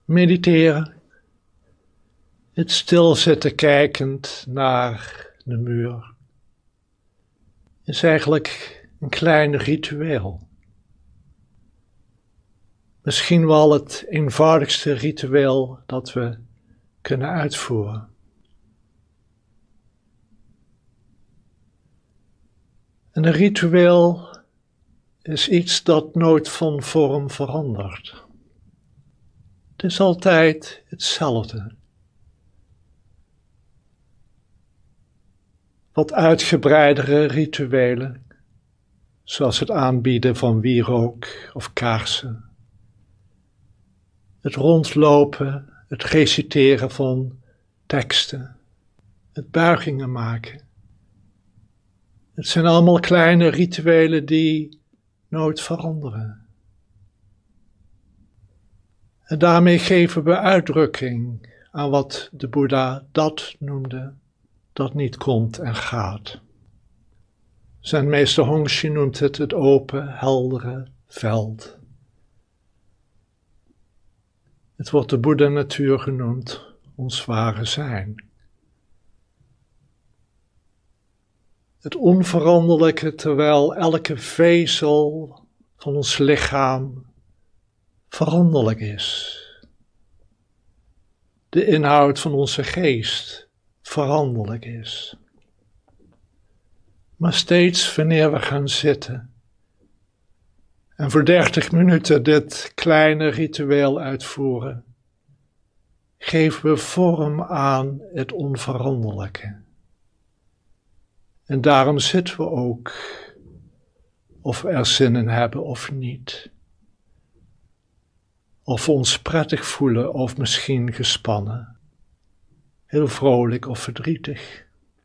Mediteren. Het stilzitten kijkend naar de muur is eigenlijk een klein ritueel. Misschien wel het eenvoudigste ritueel dat we kunnen uitvoeren. En een ritueel is iets dat nooit van vorm verandert. Het is altijd hetzelfde. Wat uitgebreidere rituelen, zoals het aanbieden van wierook of kaarsen. Het rondlopen, het reciteren van teksten, het buigingen maken. Het zijn allemaal kleine rituelen die nooit veranderen. En daarmee geven we uitdrukking aan wat de Boeddha dat noemde, dat niet komt en gaat. Zijn meester Hongxue noemt het open, heldere veld. Het wordt de Boeddha-natuur genoemd, ons ware zijn. Het onveranderlijke terwijl elke vezel van ons lichaam veranderlijk is. De inhoud van onze geest veranderlijk is. Maar steeds wanneer we gaan zitten en voor 30 minuten dit kleine ritueel uitvoeren, geven we vorm aan het onveranderlijke. En daarom zitten we ook, of we er zin in hebben of niet. Of we ons prettig voelen of misschien gespannen. Heel vrolijk of verdrietig.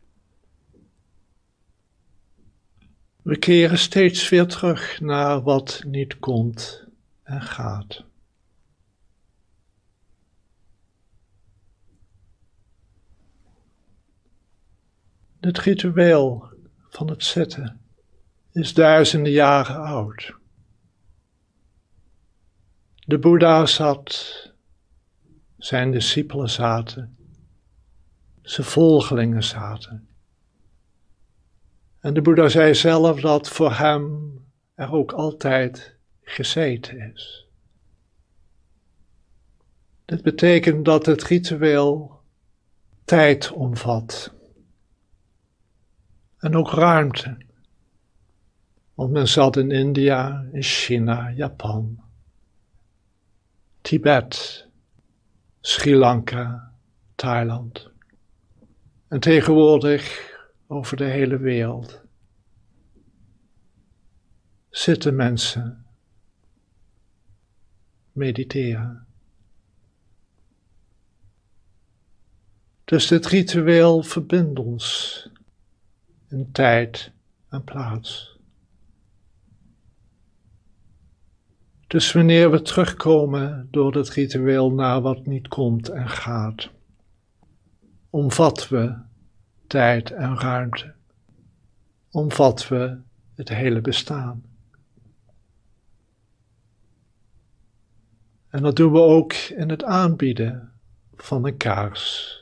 We keren steeds weer terug naar wat niet komt en gaat. Dit ritueel van het zitten is duizenden jaren oud. De Boeddha zat, zijn discipelen zaten, zijn volgelingen zaten. En de Boeddha zei zelf dat voor hem er ook altijd gezeten is. Dit betekent dat het ritueel tijd omvat. En ook ruimte. Want men zat in India, in China, Japan, Tibet, Sri Lanka, Thailand. En tegenwoordig over de hele wereld zitten mensen mediteren. Dus dit ritueel verbindt ons in tijd en plaats. Dus wanneer we terugkomen door dit ritueel naar wat niet komt en gaat, omvatten we tijd en ruimte. Omvatten we het hele bestaan. En dat doen we ook in het aanbieden van een kaars.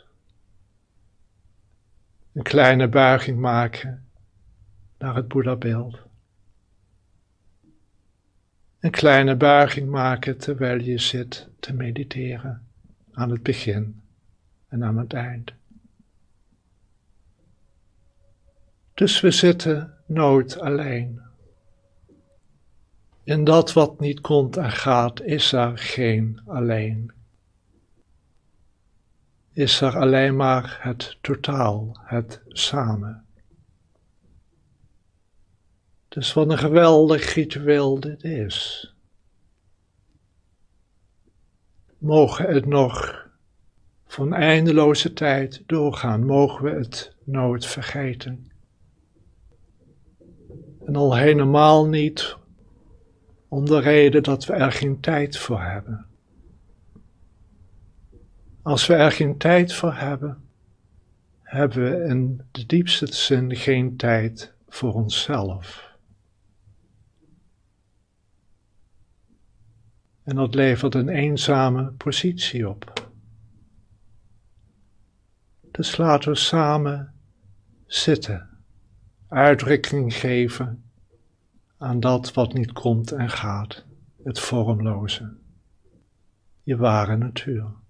Een kleine buiging maken naar het Boeddha-beeld. Een kleine buiging maken terwijl je zit te mediteren aan het begin en aan het eind. Dus we zitten nooit alleen. In dat wat niet komt en gaat is er geen alleen. Is er alleen maar het totaal, het samen. Dus wat een geweldig ritueel dit is. Mogen het nog voor een eindeloze tijd doorgaan, mogen we het nooit vergeten. En al helemaal niet om de reden dat we er geen tijd voor hebben. Als we er geen tijd voor hebben, hebben we in de diepste zin geen tijd voor onszelf. En dat levert een eenzame positie op. Dus laten we samen zitten, uitdrukking geven aan dat wat niet komt en gaat, het vormloze, je ware natuur.